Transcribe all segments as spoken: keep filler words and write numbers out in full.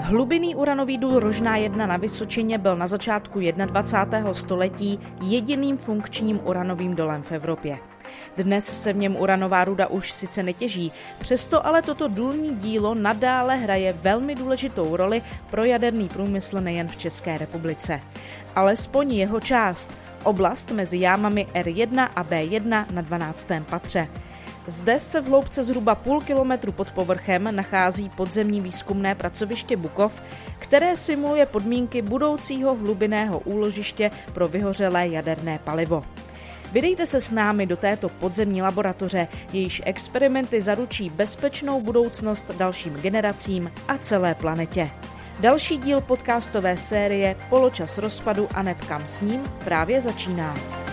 Hlubinný uranový důl Rožná jedna na Vysočině byl na začátku dvacátého prvního století jediným funkčním uranovým dolem v Evropě. Dnes se v něm uranová ruda už sice netěží, přesto ale toto důlní dílo nadále hraje velmi důležitou roli pro jaderný průmysl nejen v České republice. Alespoň jeho část, oblast mezi jámami R jedna a B jedna na dvanáctém patře. Zde se v hloubce zhruba půl kilometru pod povrchem nachází podzemní výzkumné pracoviště Bukov, které simuluje podmínky budoucího hlubinného úložiště pro vyhořelé jaderné palivo. Vydejte se s námi do této podzemní laboratoře, jejíž experimenty zaručí bezpečnou budoucnost dalším generacím a celé planetě. Další díl podcastové série Poločas rozpadu a neb kam s ním právě začíná.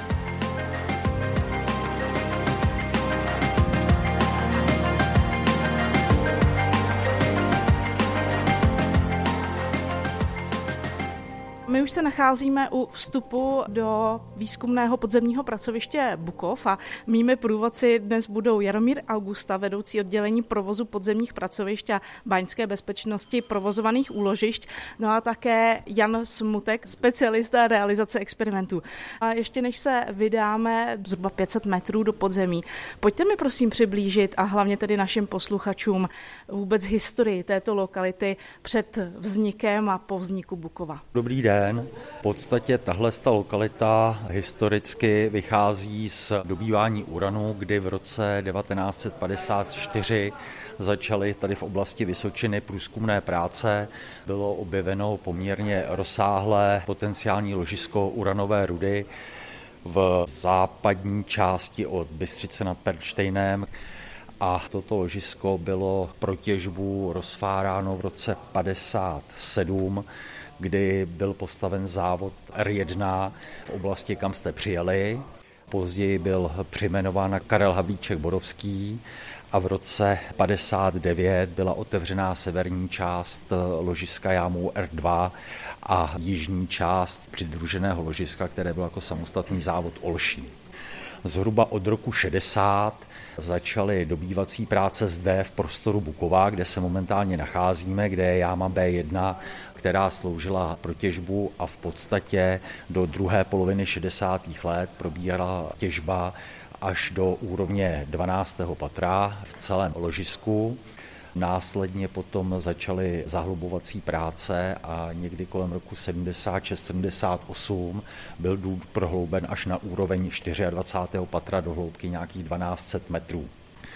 My už se nacházíme u vstupu do výzkumného podzemního pracoviště Bukov a mými průvodci dnes budou Jaromír Augusta, vedoucí oddělení provozu podzemních pracovišť a báňské bezpečnosti provozovaných úložišť, no a také Jan Smutek, specialista realizace experimentů. A ještě než se vydáme zhruba pět set metrů do podzemí, pojďte mi prosím přiblížit a hlavně tedy našim posluchačům vůbec historii této lokality před vznikem a po vzniku Bukova. Dobrý den. V podstatě tahle lokalita historicky vychází z dobývání uranu, kdy v roce devatenáct set padesát čtyři začaly tady v oblasti Vysočiny průzkumné práce. Bylo objeveno poměrně rozsáhlé potenciální ložisko uranové rudy v západní části od Bystřice nad Pernštejnem. A toto ložisko bylo pro těžbu rozfáráno v roce padesát sedm, kdy byl postaven závod R jedna v oblasti, kam jste přijeli. Později byl přejmenován Karel Havlíček Borovský a v roce padesát devět byla otevřená severní část ložiska jámů R dva a jižní část přidruženého ložiska, které bylo jako samostatný závod Olší. Zhruba od roku šedesát začaly dobývací práce zde v prostoru Bukova, kde se momentálně nacházíme, kde je jáma B jedna, která sloužila pro těžbu a v podstatě do druhé poloviny šedesátých let probíhala těžba až do úrovně dvanáctého patra v celém ložisku. Následně potom začaly zahlubovací práce a někdy kolem roku sedmdesát šest sedmdesát osm byl důl prohlouben až na úroveň dvacátého čtvrtého patra do hloubky nějakých dvanáct set metrů.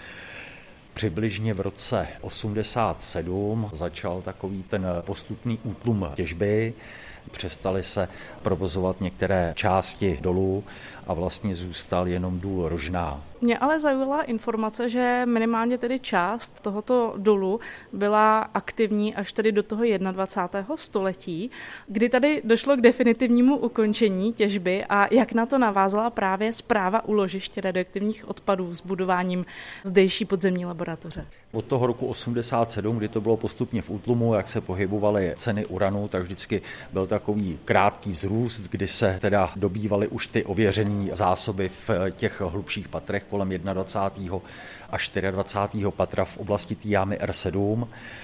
Přibližně v roce osmdesát sedm začal takový ten postupný útlum těžby, přestaly se provozovat některé části dolů a vlastně zůstal jenom důl Rožná. Mě ale zaujala informace, že minimálně tedy část tohoto dolu byla aktivní až tedy do toho dvacátého prvního století, kdy tady došlo k definitivnímu ukončení těžby a jak na to navázala právě správa úložiště radioaktivních odpadů s budováním zdejší podzemní laboratoře. Od toho roku osmdesát sedm, kdy to bylo postupně v útlumu, jak se pohybovaly ceny uranu, tak vždycky byl takový krátký vzrůst, kdy se teda dobývaly už ty ověřené zásoby v těch hlubších patrech kolem dvacátého prvního až dvacátého čtvrtého patra v oblasti té jámy R sedm.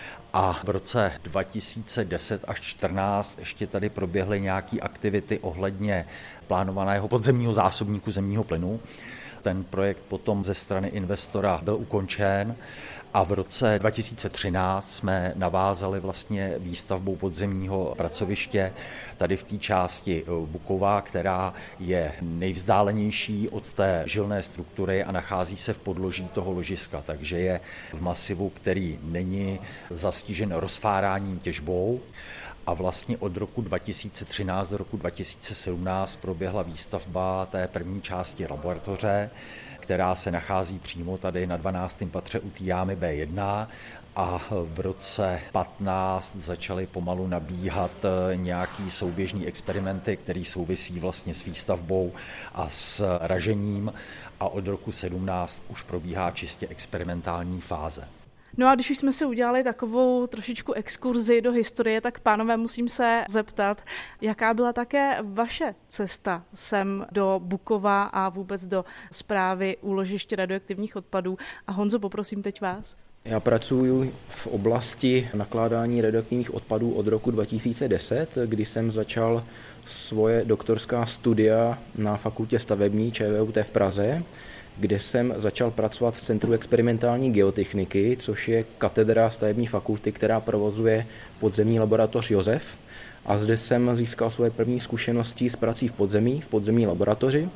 A v roce dva tisíce deset až čtrnáct ještě tady proběhly nějaké aktivity ohledně plánovaného podzemního zásobníku zemního plynu. Ten projekt potom ze strany investora byl ukončen a v roce dva tisíce třináct jsme navázali vlastně výstavbou podzemního pracoviště tady v té části Bukova, která je nejvzdálenější od té žilné struktury a nachází se v podloží toho ložiska, takže je v masivu, který není zastižen rozfáráním těžbou. A vlastně od roku dva tisíce třináct do roku dva tisíce sedmnáct proběhla výstavba té první části laboratoře, která se nachází přímo tady na dvanáctém patře u té jámy B jedna a v roce patnáct začaly pomalu nabíhat nějaký souběžný experimenty, které souvisí vlastně s výstavbou a s ražením a od roku sedmnáct už probíhá čistě experimentální fáze. No a když už jsme si udělali takovou trošičku exkurzi do historie, tak pánové, musím se zeptat, jaká byla také vaše cesta sem do Bukova a vůbec do správy úložiště radioaktivních odpadů. A Honzo, poprosím teď vás. Já pracuji v oblasti nakládání radioaktivních odpadů od roku dva tisíce deset, kdy jsem začal svoje doktorská studia na fakultě stavební ČVUT v Praze, kde jsem začal pracovat v Centru experimentální geotechniky, což je katedra stavební fakulty, která provozuje podzemní laboratoř Josef. A zde jsem získal svoje první zkušenosti s prací v podzemí, v podzemní laboratoři.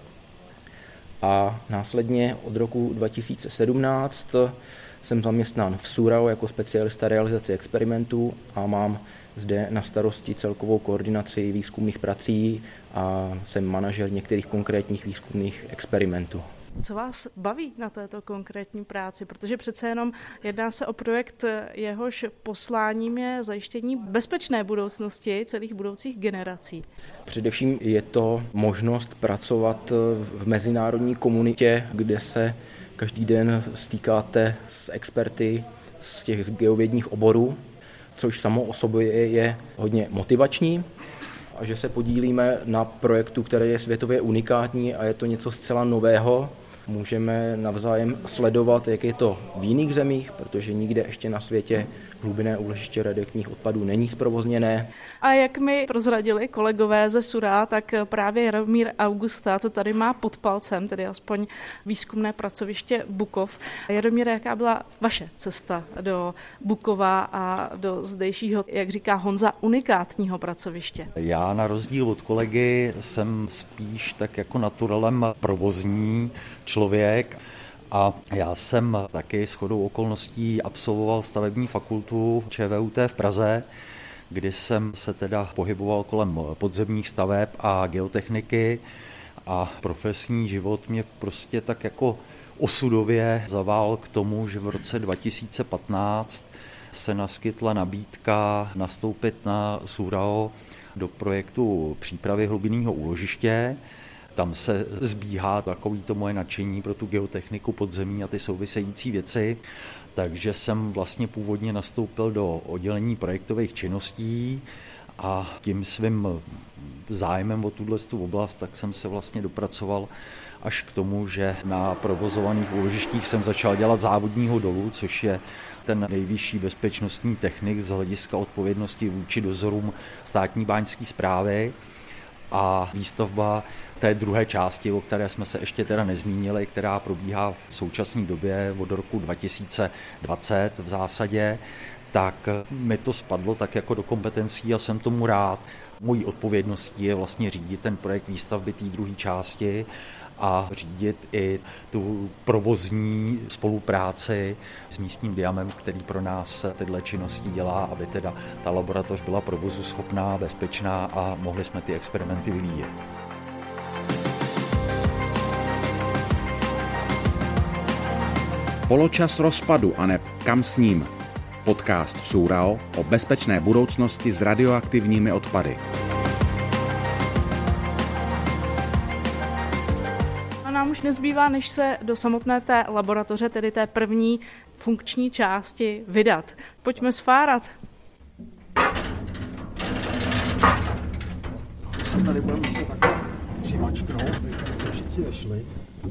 A následně od roku dva tisíce sedmnáct jsem zaměstnán v SÚRAO jako specialista realizace experimentů a mám zde na starosti celkovou koordinaci výzkumných prací a jsem manažer některých konkrétních výzkumných experimentů. Co vás baví na této konkrétní práci? Protože přece jenom jedná se o projekt, jehož posláním je zajištění bezpečné budoucnosti celých budoucích generací. Především je to možnost pracovat v mezinárodní komunitě, kde se každý den stýkáte s experty z těch geovědních oborů, což samo o sobě je hodně motivační. A že se podílíme na projektu, který je světově unikátní a je to něco zcela nového. Můžeme navzájem sledovat, jak je to v jiných zemích, protože nikde ještě na světě hlubinné úložiště radioaktivních odpadů není zprovozněné. A jak mi prozradili kolegové ze SÚRA, tak právě Jaromír Augusta to tady má pod palcem, tedy aspoň výzkumné pracoviště Bukov. Jaromíre, jaká byla vaše cesta do Bukova a do zdejšího, jak říká Honza, unikátního pracoviště? Já na rozdíl od kolegy jsem spíš tak jako naturalem provozní člověk. A já jsem taky shodou okolností absolvoval stavební fakultu ČVUT v Praze, kdy jsem se teda pohyboval kolem podzemních staveb a geotechniky a profesní život mě prostě tak jako osudově zavál k tomu, že v roce dva tisíce patnáct se naskytla nabídka nastoupit na SÚRAO do projektu přípravy hlubinného úložiště. Tam se zbíhá takový to moje nadšení pro tu geotechniku podzemí a ty související věci. Takže jsem vlastně původně nastoupil do oddělení projektových činností a tím svým zájmem o tuto oblast, tak jsem se vlastně dopracoval až k tomu, že na provozovaných úložištích jsem začal dělat závodního dolu, což je ten nejvyšší bezpečnostní technik z hlediska odpovědnosti vůči dozorům státní báňské správy. A výstavba té druhé části, o které jsme se ještě teda nezmínili, která probíhá v současné době od roku dva tisíce dvacet v zásadě, tak mi to spadlo tak jako do kompetencí a jsem tomu rád. Mojí odpovědností je vlastně řídit ten projekt výstavby té druhé části a řídit i tu provozní spolupráci s místním Diamem, který pro nás tyhle činnosti dělá, aby teda ta laboratoř byla provozu schopná, bezpečná a mohli jsme ty experimenty vyvíjet. Poločas rozpadu a ne kam s ním. Podcast SÚRAO o bezpečné budoucnosti s radioaktivními odpady. Nám už nezbývá, než se do samotné té laboratoře, tedy té první funkční části, vydat. Pojďme sfárat. Se tady budeme muset takhle přimačknout, aby se všichni vešli.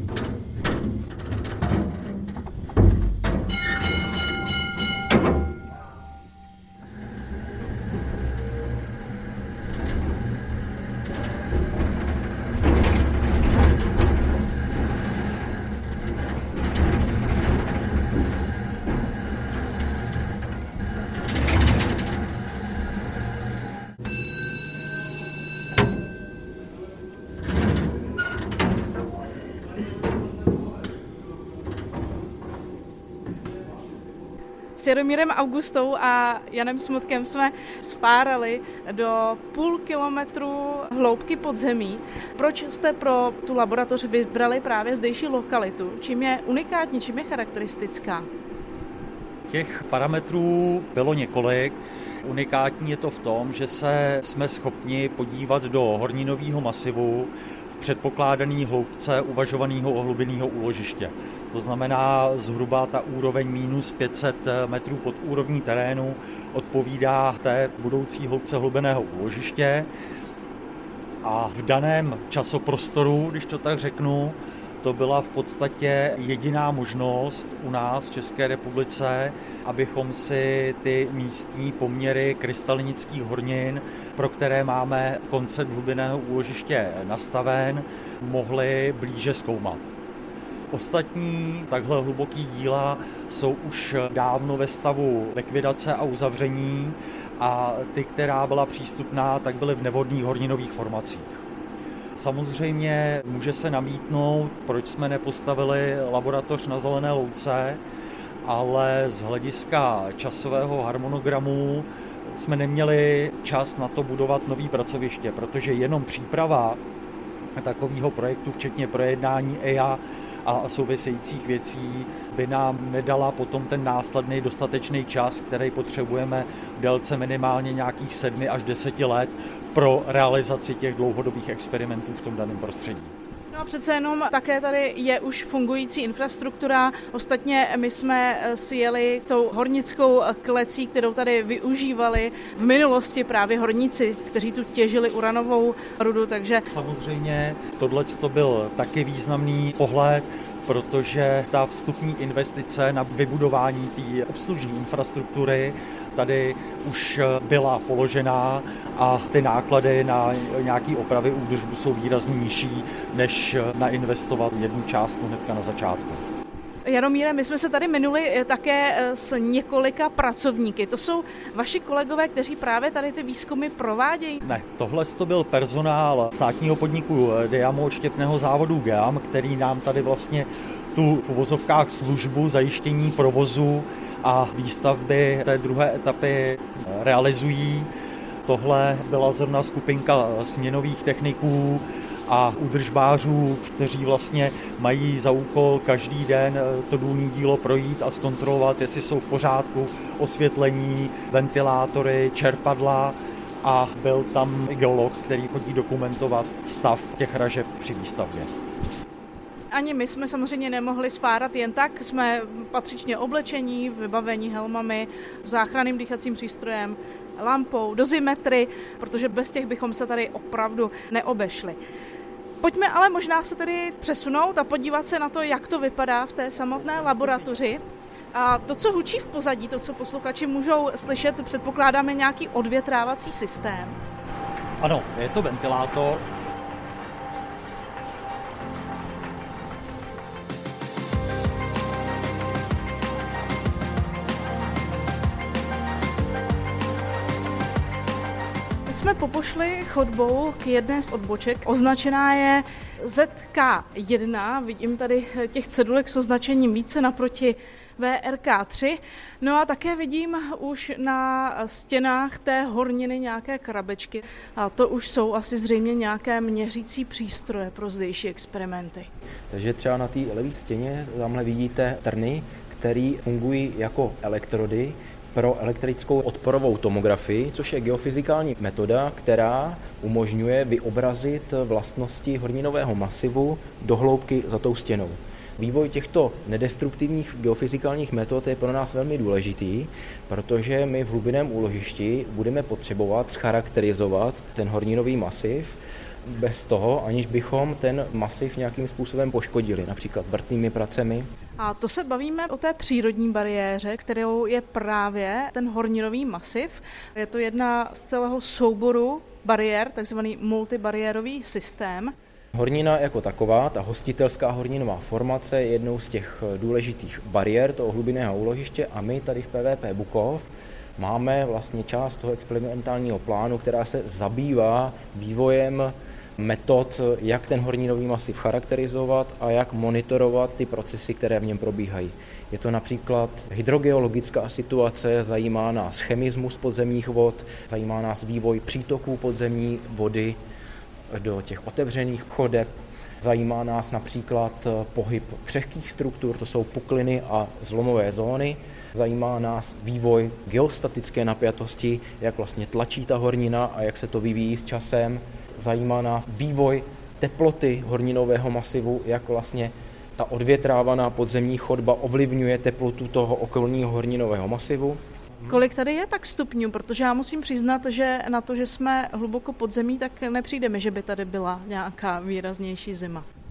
S Jaromírem Augustou a Janem Smutkem jsme sfárali do půl kilometru hloubky podzemí. Proč jste pro tu laboratoř vybrali právě zdejší lokalitu? Čím je unikátní, čím je charakteristická? Těch parametrů bylo několik. Unikátní je to v tom, že se jsme schopni podívat do horninového masivu v předpokládané hloubce uvažovaného hlubinného úložiště. To znamená zhruba ta úroveň minus pět set metrů pod úrovní terénu odpovídá té budoucí hloubce hlubinného úložiště. A v daném časoprostoru, když to tak řeknu, to byla v podstatě jediná možnost u nás v České republice, abychom si ty místní poměry krystalinických hornin, pro které máme koncept hlubinného úložiště nastaven, mohli blíže zkoumat. Ostatní takhle hluboký díla jsou už dávno ve stavu likvidace a uzavření a ty, která byla přístupná, tak byly v nevhodných horninových formacích. Samozřejmě může se namítnout, proč jsme nepostavili laboratoř na Zelené louce, ale z hlediska časového harmonogramu jsme neměli čas na to budovat nový pracoviště, protože jenom příprava takového projektu, včetně projednání E I A a souvisejících věcí, by nám nedala potom ten následný dostatečný čas, který potřebujeme v délce minimálně nějakých sedmi až deseti let pro realizaci těch dlouhodobých experimentů v tom daném prostředí. No a přece jenom také tady je už fungující infrastruktura. Ostatně my jsme si jeli tou hornickou klecí, kterou tady využívali v minulosti právě horníci, kteří tu těžili uranovou rudu, takže... Samozřejmě tohle to byl taky významný pohled, protože ta vstupní investice na vybudování té obslužní infrastruktury tady už byla položená a ty náklady na nějaké opravy údržbu jsou výrazně nižší, než nainvestovat jednu částku hnedka na začátku. Jaromíre, my jsme se tady minuli také s několika pracovníky. To jsou vaši kolegové, kteří právě tady ty výzkumy provádějí? Ne, tohle to byl personál státního podniku Diamo štěpného závodu Geam, který nám tady vlastně tu v uvozovkách službu zajištění provozu a výstavby té druhé etapy realizují. Tohle byla zrovna skupinka směnových techniků a údržbářů, kteří vlastně mají za úkol každý den to důlní dílo projít a zkontrolovat, jestli jsou v pořádku osvětlení, ventilátory, čerpadla, a byl tam geolog, který chodí dokumentovat stav těch ražeb při výstavbě. Ani my jsme samozřejmě nemohli sfárat jen tak, jsme patřičně oblečení, vybavení helmami, záchranným dýchacím přístrojem, lampou, dozimetry, protože bez těch bychom se tady opravdu neobešli. Pojďme ale možná se tedy přesunout a podívat se na to, jak to vypadá v té samotné laboratoři. A to, co hučí v pozadí, to, co posluchači můžou slyšet, předpokládáme nějaký odvětrávací systém. Ano, je to ventilátor. Jsme popošli chodbou k jedné z odboček. Označená je Z K jedna. Vidím tady těch cedulek s označením více naproti V R K tři. No a také vidím už na stěnách té horniny nějaké krabečky. A to už jsou asi zřejmě nějaké měřící přístroje pro zdejší experimenty. Takže třeba na té levé stěně tamhle vidíte trny, které fungují jako elektrody pro elektrickou odporovou tomografii, což je geofyzikální metoda, která umožňuje vyobrazit vlastnosti horninového masivu do hloubky za tou stěnou. Vývoj těchto nedestruktivních geofyzikálních metod je pro nás velmi důležitý, protože my v hlubinném úložišti budeme potřebovat scharakterizovat ten horninový masiv bez toho, aniž bychom ten masiv nějakým způsobem poškodili, například vrtnými pracemi. A to se bavíme o té přírodní bariéře, kterou je právě ten horninový masiv. Je to jedna z celého souboru bariér, takzvaný multibariérový systém. Hornina jako taková, ta hostitelská horninová formace, je jednou z těch důležitých bariér toho hlubinného úložiště a my tady v P V P Bukov máme vlastně část toho experimentálního plánu, která se zabývá vývojem metod, jak ten horninový masiv charakterizovat a jak monitorovat ty procesy, které v něm probíhají. Je to například hydrogeologická situace, zajímá nás chemismus podzemních vod, zajímá nás vývoj přítoků podzemní vody do těch otevřených chodeb, zajímá nás například pohyb křehkých struktur, to jsou pukliny a zlomové zóny, zajímá nás vývoj geostatické napjatosti, jak vlastně tlačí ta hornina a jak se to vyvíjí s časem. Zajímá nás vývoj teploty horninového masivu, jak vlastně ta odvětrávaná podzemní chodba ovlivňuje teplotu toho okolního horninového masivu. Kolik tady je tak stupňů? Protože já musím přiznat, že na to, že jsme hluboko pod zemí, tak nepřijde mi, že by tady byla nějaká výraznější zima.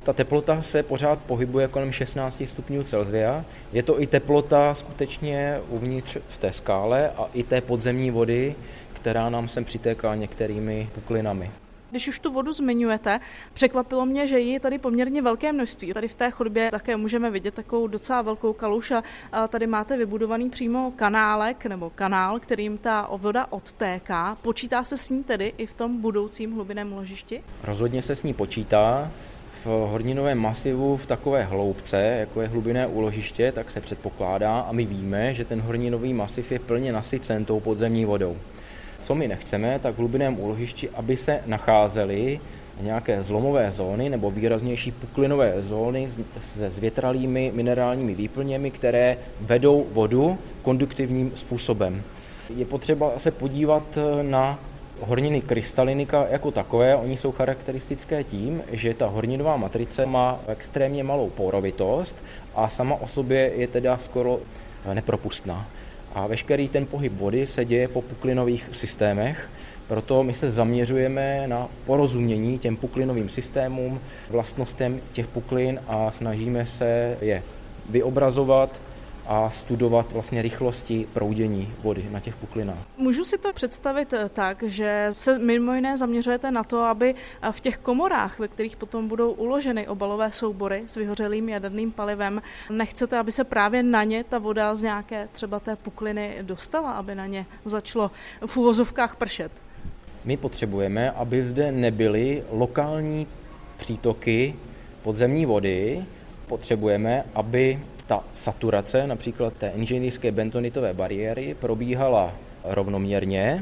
Ta teplota se pořád pohybuje kolem šestnáct stupňů Celsia. Je to i teplota skutečně uvnitř v té skále a i té podzemní vody, která nám sem přitéká některými puklinami. Když už tu vodu zmiňujete, překvapilo mě, že ji tady poměrně velké množství. Tady v té chodbě také můžeme vidět takovou docela velkou kaluž a tady máte vybudovaný přímo kanálek nebo kanál, kterým ta voda odtéká. Počítá se s ní tedy i v tom budoucím hlubinném úložišti? Rozhodně se s ní počítá. V horninovém masivu v takové hloubce, jako je hlubinné úložiště, tak se předpokládá a my víme, že ten horninový masiv je plně nasycen tou podzemní vodou. Co my nechceme, tak v hlubinném úložišti, aby se nacházely nějaké zlomové zóny nebo výraznější puklinové zóny se zvětralými minerálními výplněmi, které vedou vodu konduktivním způsobem. Je potřeba se podívat na horniny krystalinika jako takové. Oni jsou charakteristické tím, že ta horninová matrice má extrémně malou porovitost a sama o sobě je teda skoro nepropustná. A veškerý ten pohyb vody se děje po puklinových systémech, proto my se zaměřujeme na porozumění těm puklinovým systémům, vlastnostem těch puklin a snažíme se je vyobrazovat a studovat vlastně rychlosti proudění vody na těch puklinách. Můžu si to představit tak, že se mimo jiné zaměřujete na to, aby v těch komorách, ve kterých potom budou uloženy obalové soubory s vyhořelým jaderným palivem, nechcete, aby se právě na ně ta voda z nějaké třeba té pukliny dostala, aby na ně začalo v uvozovkách pršet? My potřebujeme, aby zde nebyly lokální přítoky podzemní vody, potřebujeme, aby ta saturace například té inženýrské bentonitové bariéry probíhala rovnoměrně,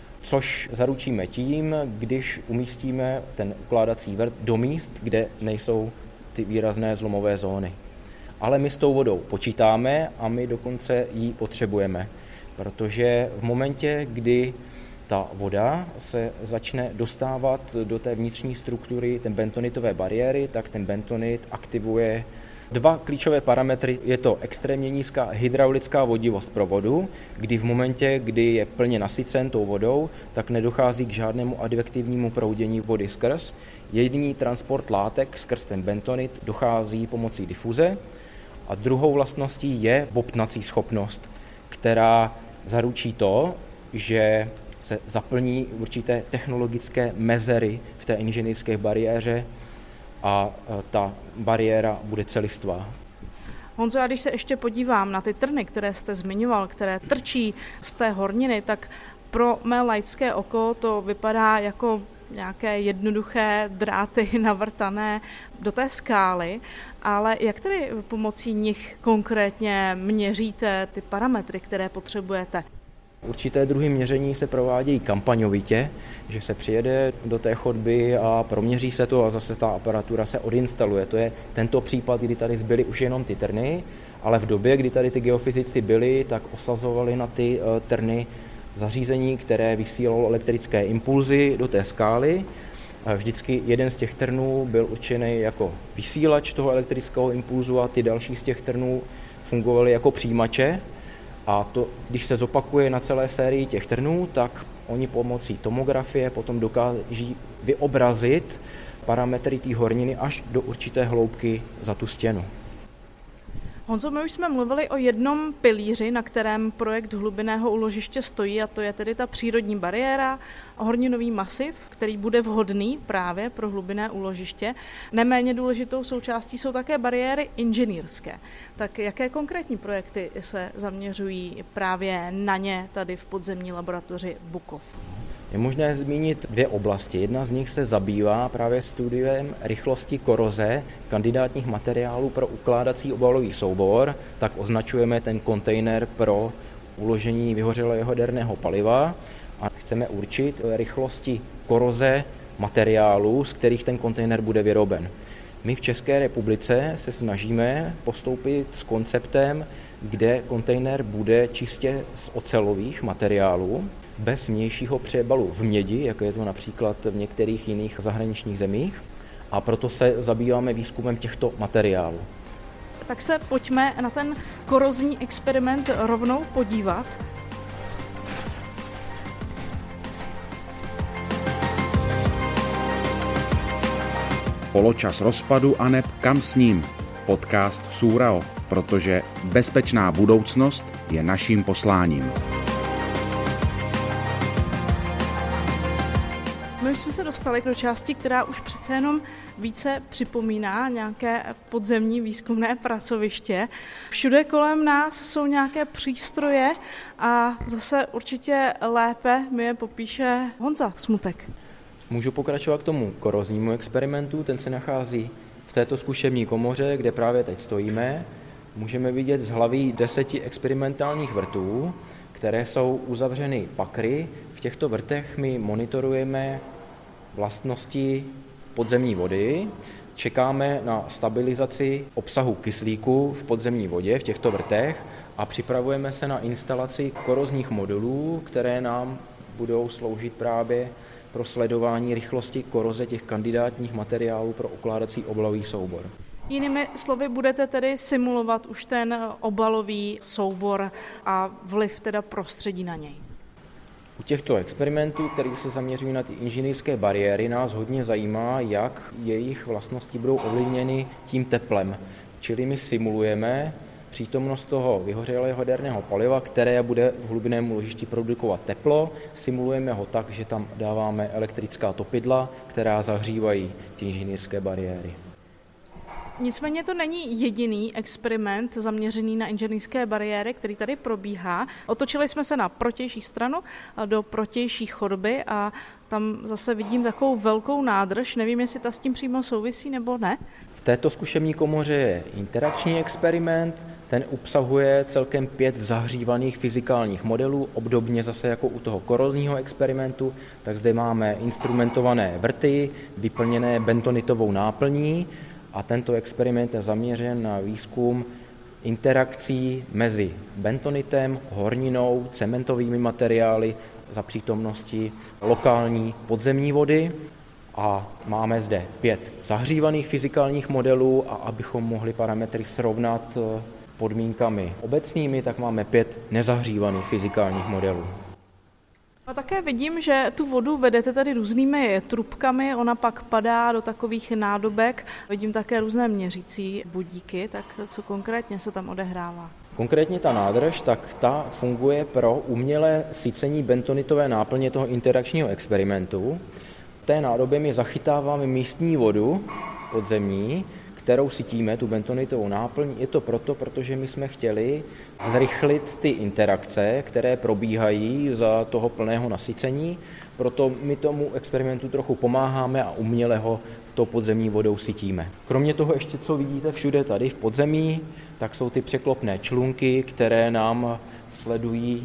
což zaručíme tím, když umístíme ten ukládací vrt do míst, kde nejsou ty výrazné zlomové zóny. Ale my s tou vodou počítáme a my dokonce ji potřebujeme, protože v momentě, kdy ta voda se začne dostávat do té vnitřní struktury té bentonitové bariéry, tak ten bentonit aktivuje dva klíčové parametry. Je to extrémně nízká hydraulická vodivost provodu, kdy v momentě, kdy je plně nasycen tou vodou, tak nedochází k žádnému advektivnímu proudění vody skrz. Jediný transport látek skrz ten bentonit dochází pomocí difuze. A druhou vlastností je bobtnací schopnost, která zaručí to, že se zaplní určité technologické mezery v té inženýrské bariéře a ta bariéra bude celistvá. Honzo, já když se ještě podívám na ty trny, které jste zmiňoval, které trčí z té horniny, tak pro mé laické oko to vypadá jako nějaké jednoduché dráty navrtané do té skály, ale jak tedy pomocí nich konkrétně měříte ty parametry, které potřebujete? Určité druhy měření se provádějí kampaňovitě, že se přijede do té chodby a proměří se to a zase ta aparatura se odinstaluje. To je tento případ, kdy tady zbyly už jenom ty trny, ale v době, kdy tady ty geofyzici byli, tak osazovali na ty trny zařízení, které vysílalo elektrické impulzy do té skály. Vždycky jeden z těch trnů byl určený jako vysílač toho elektrického impulzu a ty další z těch trnů fungovaly jako přijímače. A to, když se zopakuje na celé sérii těch trnů, tak oni pomocí tomografie potom dokáží vyobrazit parametry té horniny až do určité hloubky za tu stěnu. Honzo, my už jsme mluvili o jednom pilíři, na kterém projekt hlubinného úložiště stojí, a to je tedy ta přírodní bariéra, horninový masiv, který bude vhodný právě pro hlubinné úložiště. Neméně důležitou součástí jsou také bariéry inženýrské. Tak jaké konkrétní projekty se zaměřují právě na ně tady v podzemní laboratoři Bukov? Je možné zmínit dvě oblasti. Jedna z nich se zabývá právě studiem rychlosti koroze kandidátních materiálů pro ukládací obalový soubor, tak označujeme ten kontejner pro uložení vyhořelého jaderného paliva a chceme určit rychlosti koroze materiálů, z kterých ten kontejner bude vyroben. My v České republice se snažíme postoupit s konceptem, kde kontejner bude čistě z ocelových materiálů, bez vnějšího přebalu v mědi, jako je to například v některých jiných zahraničních zemích, a proto se zabýváme výzkumem těchto materiálů. Tak se pojďme na ten korozní experiment rovnou podívat. Poločas rozpadu aneb kam s ním? Podcast Surao, protože bezpečná budoucnost je naším posláním. My už jsme se dostali do části, která už přece jenom více připomíná nějaké podzemní výzkumné pracoviště. Všude kolem nás jsou nějaké přístroje a zase určitě lépe mi je popíše Honza Smutek. Můžu pokračovat k tomu koroznímu experimentu, ten se nachází v této zkušební komoře, kde právě teď stojíme. Můžeme vidět z hlavy deseti experimentálních vrtů, které jsou uzavřeny pakry. V těchto vrtech my monitorujeme vlastnosti podzemní vody, čekáme na stabilizaci obsahu kyslíku v podzemní vodě v těchto vrtech a připravujeme se na instalaci korozních modulů, které nám budou sloužit právě pro sledování rychlosti koroze těch kandidátních materiálů pro ukládací obalový soubor. Jinými slovy, budete tedy simulovat už ten obalový soubor a vliv teda prostředí na něj. U těchto experimentů, které se zaměřují na ty inženýrské bariéry, nás hodně zajímá, jak jejich vlastnosti budou ovlivněny tím teplem. Čili my simulujeme přítomnost toho vyhořelého jaderného paliva, které bude v hlubinném úložišti produkovat teplo. Simulujeme ho tak, že tam dáváme elektrická topidla, která zahřívají ty inženýrské bariéry. Nicméně to není jediný experiment zaměřený na inženýrské bariéry, který tady probíhá. Otočili jsme se na protější stranu, do protější chodby a tam zase vidím takovou velkou nádrž. Nevím, jestli ta s tím přímo souvisí nebo ne. V této zkušební komoře je interakční experiment, ten obsahuje celkem pět zahřívaných fyzikálních modelů, obdobně zase jako u toho korozního experimentu, tak zde máme instrumentované vrty, vyplněné bentonitovou náplní, a tento experiment je zaměřen na výzkum interakcí mezi bentonitem, horninou, cementovými materiály za přítomnosti lokální podzemní vody. A máme zde pět zahřívaných fyzikálních modelů a abychom mohli parametry srovnat podmínkami obecnými, tak máme pět nezahřívaných fyzikálních modelů. A také vidím, že tu vodu vedete tady různými trubkami, ona pak padá do takových nádobek. Vidím také různé měřící budíky, tak co konkrétně se tam odehrává? Konkrétně ta nádrž, tak ta funguje pro umělé sycení bentonitové náplně toho interakčního experimentu. V té nádobě my zachytáváme místní vodu podzemní, kterou sytíme, tu bentonitovou náplň. Je to proto, protože my jsme chtěli zrychlit ty interakce, které probíhají za toho plného nasycení. Proto my tomu experimentu trochu pomáháme a uměle ho tou podzemní vodou sytíme. Kromě toho ještě, co vidíte všude tady v podzemí, tak jsou ty překlopné člunky, které nám sledují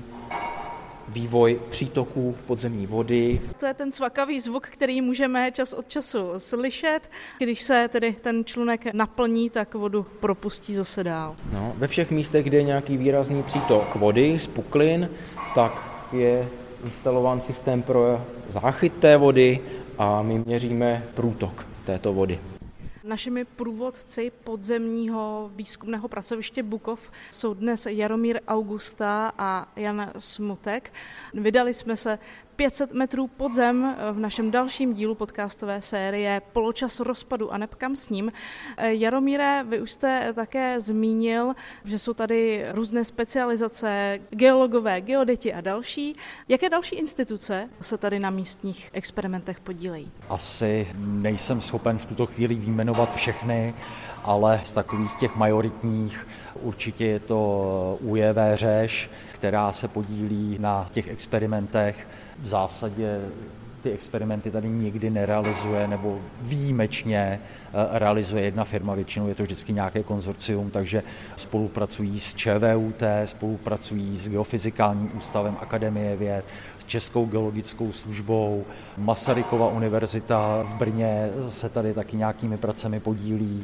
vývoj přítoků podzemní vody. To je ten cvakavý zvuk, který můžeme čas od času slyšet. Když se tedy ten člunek naplní, tak vodu propustí zase dál. No, ve všech místech, kde je nějaký výrazný přítok vody z puklin, tak je instalován systém pro záchyt té vody a my měříme průtok této vody. Našimi průvodci podzemního výzkumného pracoviště Bukov jsou dnes Jaromír Augusta a Jan Smutek. Vydali jsme se pět set metrů pod zem v našem dalším dílu podcastové série Poločas rozpadu aneb kam s ním. Jaromíre, vy už jste také zmínil, že jsou tady různé specializace, geologové, geodeti a další. Jaké další instituce se tady na místních experimentech podílejí? Asi nejsem schopen v tuto chvíli vyjmenovat všechny, ale z takových těch majoritních určitě je to U J V Řeš, která se podílí na těch experimentech. V zásadě ty experimenty tady nikdy nerealizuje nebo výjimečně realizuje jedna firma, většinou je to vždycky nějaké konzorcium, takže spolupracují s ČVUT, spolupracují s Geofyzikálním ústavem Akademie věd, s Českou geologickou službou, Masarykova univerzita v Brně se tady taky nějakými pracemi podílí.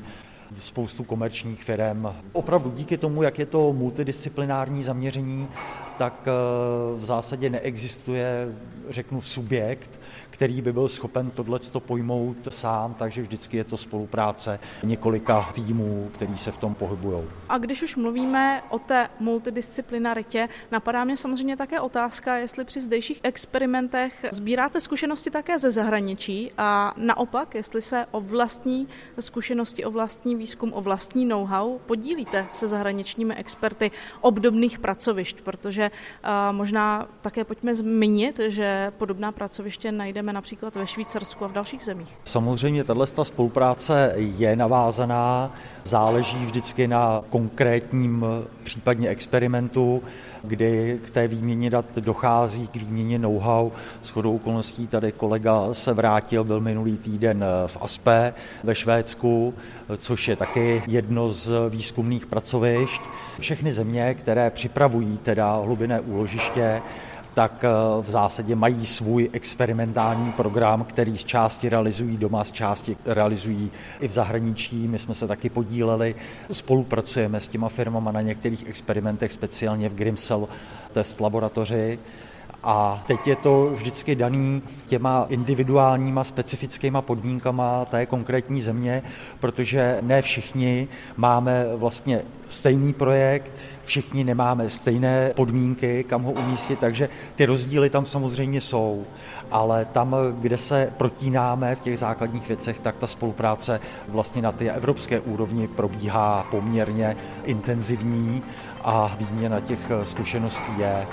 spoustu komerčních firem. Opravdu díky tomu, jak je to multidisciplinární zaměření, tak v zásadě neexistuje, řeknu, subjekt, který by byl schopen tohleto pojmout sám, takže vždycky je to spolupráce několika týmů, který se v tom pohybují. A když už mluvíme o té multidisciplinaritě, napadá mě samozřejmě také otázka, jestli při zdejších experimentech sbíráte zkušenosti také ze zahraničí a naopak, jestli se o vlastní zkušenosti, o vlastní výzkum, o vlastní know-how podílíte se zahraničními experty obdobných pracovišť, protože uh, možná také pojďme zmínit, že podobná pracoviště najdeme například ve Švýcarsku a v dalších zemích. Samozřejmě tato spolupráce je navázaná, záleží vždycky na konkrétním případně experimentu, kdy k té výměně dat dochází, k výměně know-how. Shodou okolností tady kolega se vrátil, byl minulý týden v Aspe ve Švédsku, což je taky jedno z výzkumných pracovišť. Všechny země, které připravují teda hlubinné úložiště, tak v zásadě mají svůj experimentální program, který z části realizují doma, z části realizují i v zahraničí. My jsme se taky podíleli, spolupracujeme s těma firmama na některých experimentech, speciálně v Grimsel test laboratoři. A teď je to vždycky daný těma individuálníma specifickýma podmínkama té konkrétní země, protože ne všichni máme vlastně stejný projekt, všichni nemáme stejné podmínky, kam ho umístit, takže ty rozdíly tam samozřejmě jsou, ale tam, kde se protínáme v těch základních věcech, tak ta spolupráce vlastně na té evropské úrovni probíhá poměrně intenzivní a výměna těch zkušeností je.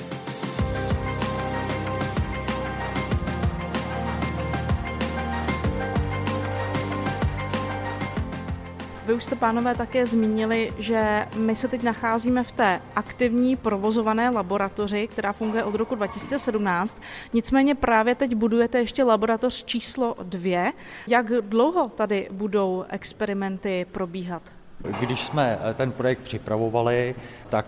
Vy už jste, pánové, také zmínili, že my se teď nacházíme v té aktivní provozované laboratoři, která funguje od roku dva tisíce sedmnáct. Nicméně právě teď budujete ještě laboratoř číslo dvě. Jak dlouho tady budou experimenty probíhat? Když jsme ten projekt připravovali, tak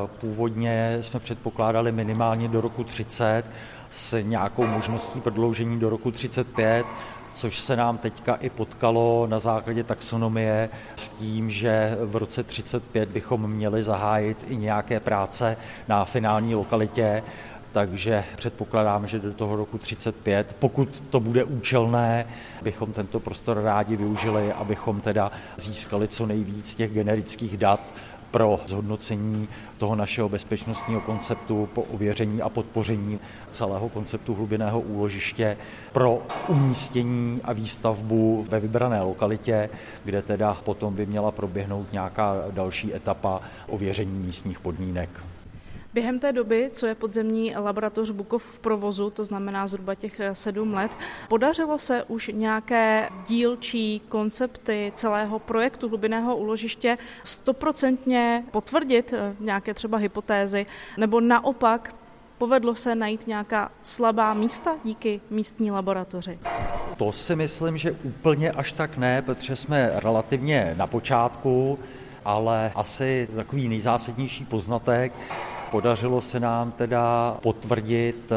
původně jsme předpokládali minimálně do roku třicet s nějakou možností prodloužení do roku třicet pět, což se nám teďka i potkalo na základě taxonomie s tím, že v roce třicet pět bychom měli zahájit i nějaké práce na finální lokalitě, takže předpokládám, že do toho roku třicet pět, pokud to bude účelné, bychom tento prostor rádi využili, abychom teda získali co nejvíc těch generických dat pro zhodnocení toho našeho bezpečnostního konceptu, po ověření a podpoření celého konceptu hlubinného úložiště pro umístění a výstavbu ve vybrané lokalitě, kde teda potom by měla proběhnout nějaká další etapa ověření místních podmínek. Během té doby, co je podzemní laboratoř Bukov v provozu, to znamená zhruba těch sedm let, podařilo se už nějaké dílčí koncepty celého projektu hlubinného úložiště stoprocentně potvrdit, nějaké třeba hypotézy, nebo naopak povedlo se najít nějaká slabá místa díky místní laboratoři? To si myslím, že úplně až tak ne, protože jsme relativně na počátku, ale asi takový nejzásadnější poznatek, podařilo se nám teda potvrdit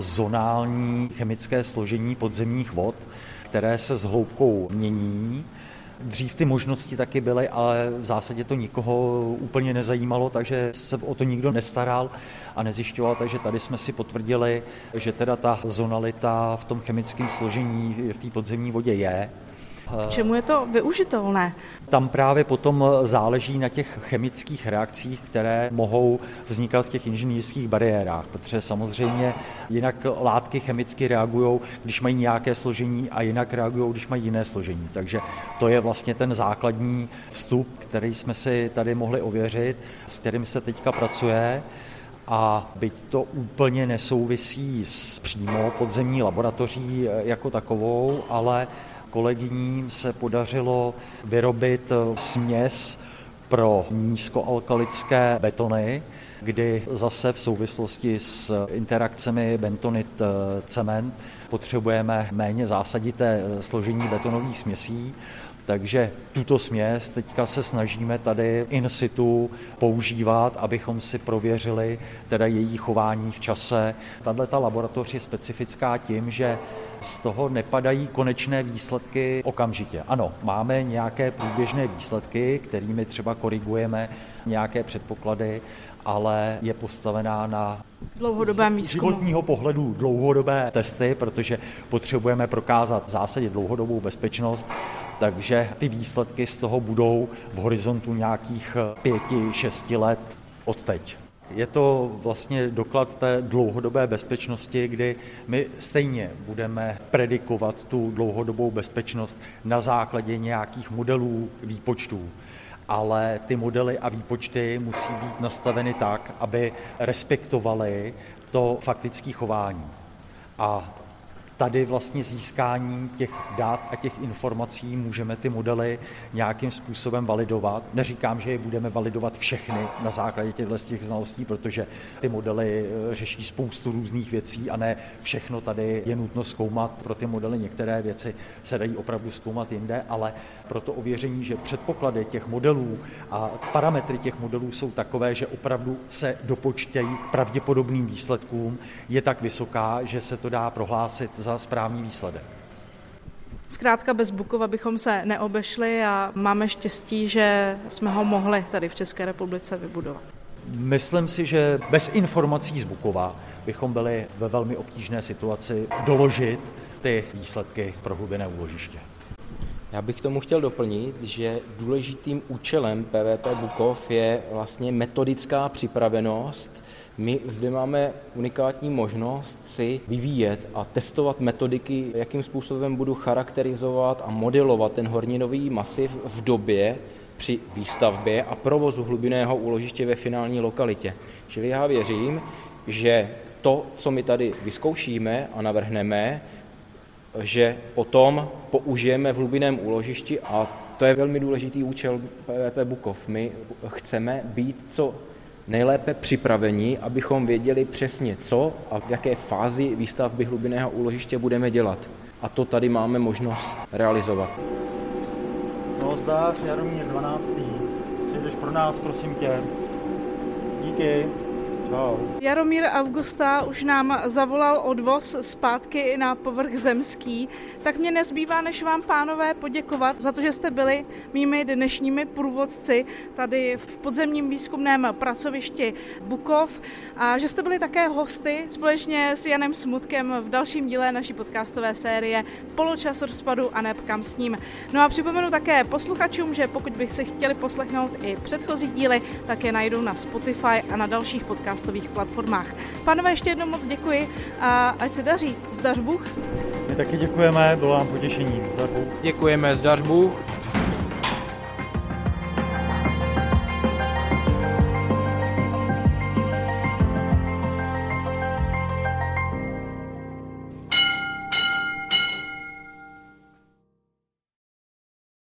zonální chemické složení podzemních vod, které se s hloubkou mění. Dřív ty možnosti taky byly, ale v zásadě to nikoho úplně nezajímalo, takže se o to nikdo nestaral a nezjišťoval, takže tady jsme si potvrdili, že teda ta zonalita v tom chemickém složení v té podzemní vodě je. Čemu je to využitelné? Tam právě potom záleží na těch chemických reakcích, které mohou vznikat v těch inženýrských bariérách, protože samozřejmě jinak látky chemicky reagují, když mají nějaké složení a jinak reagují, když mají jiné složení. Takže to je vlastně ten základní vstup, který jsme si tady mohli ověřit, s kterým se teďka pracuje. A byť to úplně nesouvisí s přímo podzemní laboratoří jako takovou, ale kolegyním se podařilo vyrobit směs pro nízkoalkalické betony, kdy zase v souvislosti s interakcemi bentonit-cement potřebujeme méně zásadité složení betonových směsí. Takže tuto směs teďka se snažíme tady in situ používat, abychom si prověřili teda její chování v čase. Tato laboratoř je specifická tím, že z toho nepadají konečné výsledky okamžitě. Ano, máme nějaké průběžné výsledky, kterými třeba korigujeme nějaké předpoklady, ale je postavená na dlouhodobém výzkumu. Životního pohledu dlouhodobé testy, protože potřebujeme prokázat v zásadě dlouhodobou bezpečnost, takže ty výsledky z toho budou v horizontu nějakých pěti, šesti let od teď. Je to vlastně doklad té dlouhodobé bezpečnosti, kdy my stejně budeme predikovat tu dlouhodobou bezpečnost na základě nějakých modelů výpočtů. Ale ty modely a výpočty musí být nastaveny tak, aby respektovaly to faktické chování. A tady vlastně získání těch dat a těch informací můžeme ty modely nějakým způsobem validovat. Neříkám, že je budeme validovat všechny na základě těchto těch znalostí, protože ty modely řeší spoustu různých věcí a ne všechno tady je nutno zkoumat. Pro ty modely některé věci se dají opravdu zkoumat jinde, ale pro to ověření, že předpoklady těch modelů a parametry těch modelů jsou takové, že opravdu se dopočtějí k pravděpodobným výsledkům, je tak vysoká, že se to dá prohlásit za správný výsledek. Zkrátka bez Bukova bychom se neobešli a máme štěstí, že jsme ho mohli tady v České republice vybudovat. Myslím si, že bez informací z Bukova bychom byli ve velmi obtížné situaci doložit ty výsledky pro hlubinné úložiště. Já bych k tomu chtěl doplnit, že důležitým účelem P V P Bukov je vlastně metodická připravenost. My zde máme unikátní možnost si vyvíjet a testovat metodiky, jakým způsobem budu charakterizovat a modelovat ten horninový masiv v době při výstavbě a provozu hlubinného úložiště ve finální lokalitě. Čili já věřím, že to, co my tady vyzkoušíme a navrhneme, že potom použijeme v hlubinném úložišti a to je velmi důležitý účel P V P Bukov. My chceme být co nejlépe připraveni, abychom věděli přesně co a v jaké fázi výstavby hlubinného úložiště budeme dělat. A to tady máme možnost realizovat. No zdáš, Jaromír dvanáctý Přijdeš pro nás, prosím tě. Díky. Čau. Jaromír Augusta už nám zavolal odvoz zpátky na povrch zemský, tak mě nezbývá, než vám, pánové, poděkovat za to, že jste byli mými dnešními průvodci tady v podzemním výzkumném pracovišti Bukov a že jste byli také hosty společně s Janem Smutkem v dalším díle naší podcastové série Poločas rozpadu aneb kam s ním. No a připomenu také posluchačům, že pokud bych si chtěli poslechnout i předchozí díly, tak je najdou na Spotify a na dalších podcastových platformách. Pánové, ještě jednou moc děkuji a ať se daří. Zdař Bůh. My taky děkujeme, bylo nám potěšením. Zdař Bůh. Děkujeme, zdař Bůh.